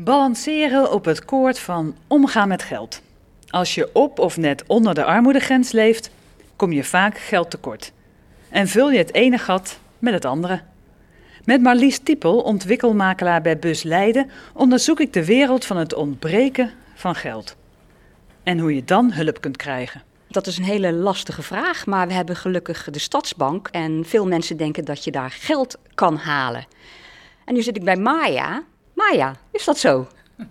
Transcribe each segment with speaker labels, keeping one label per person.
Speaker 1: Balanceren op het koord van omgaan met geld. Als je op of net onder de armoedegrens leeft, kom je vaak geld tekort. En vul je het ene gat met het andere. Met Marlies Tiepel, ontwikkelmakelaar bij Bus Leiden, onderzoek ik de wereld van het ontbreken van geld. En hoe je dan hulp kunt krijgen.
Speaker 2: Dat is een hele lastige vraag, maar we hebben gelukkig de Stadsbank en veel mensen denken dat je daar geld kan halen. En nu zit ik bij Maya. Maya, is dat zo?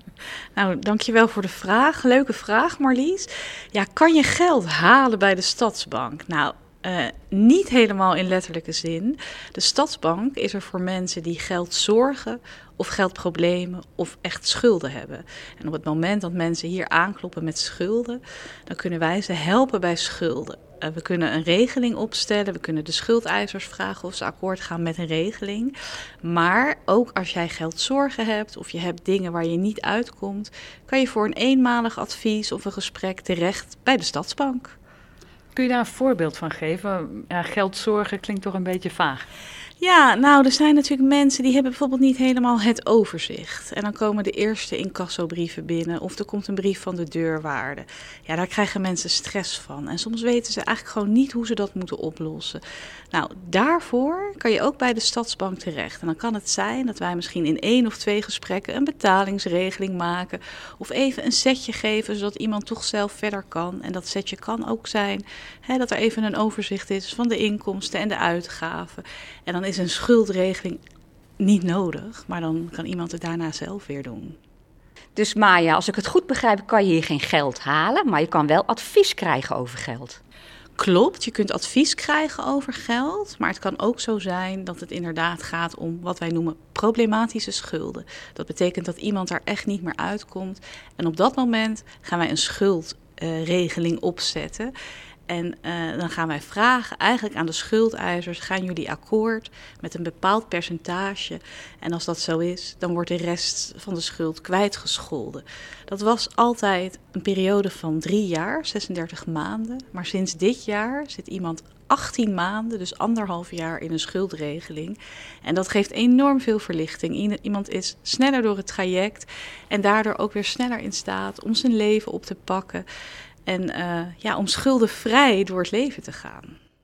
Speaker 3: Nou, dankjewel voor de vraag. Leuke vraag, Marlies. Ja, kan je geld halen bij de Stadsbank? Nou, niet helemaal in letterlijke zin. De Stadsbank is er voor mensen die geldzorgen of geldproblemen of echt schulden hebben. En op het moment dat mensen hier aankloppen met schulden, dan kunnen wij ze helpen bij schulden. We kunnen een regeling opstellen, we kunnen de schuldeisers vragen of ze akkoord gaan met een regeling. Maar ook als jij geldzorgen hebt of je hebt dingen waar je niet uitkomt, kan je voor een eenmalig advies of een gesprek terecht bij de Stadsbank.
Speaker 1: Kun je daar een voorbeeld van geven? Ja, geldzorgen klinkt toch een beetje vaag.
Speaker 3: Ja, nou, er zijn natuurlijk mensen die hebben bijvoorbeeld niet helemaal het overzicht. En dan komen de eerste incassobrieven binnen of er komt een brief van de deurwaarde. Ja, daar krijgen mensen stress van. En soms weten ze eigenlijk gewoon niet hoe ze dat moeten oplossen. Nou, daarvoor kan je ook bij de Stadsbank terecht. En dan kan het zijn dat wij misschien in 1 of 2 gesprekken een betalingsregeling maken. Of even een setje geven, zodat iemand toch zelf verder kan. En dat setje kan ook zijn dat er even een overzicht is van de inkomsten en de uitgaven. En dan is een schuldregeling niet nodig, maar dan kan iemand het daarna zelf weer doen.
Speaker 2: Dus Maya, als ik het goed begrijp, kan je hier geen geld halen, maar je kan wel advies krijgen over geld.
Speaker 3: Klopt, je kunt advies krijgen over geld, maar het kan ook zo zijn dat het inderdaad gaat om wat wij noemen problematische schulden. Dat betekent dat iemand daar echt niet meer uitkomt en op dat moment gaan wij een schuldregeling opzetten. En dan gaan wij vragen eigenlijk aan de schuldeisers, gaan jullie akkoord met een bepaald percentage? En als dat zo is, dan wordt de rest van de schuld kwijtgescholden. Dat was altijd een periode van 3 jaar, 36 maanden. Maar sinds dit jaar zit iemand 18 maanden, dus 1,5 jaar in een schuldregeling. En dat geeft enorm veel verlichting. Iemand is sneller door het traject en daardoor ook weer sneller in staat om zijn leven op te pakken. En om schuldenvrij door het leven te gaan.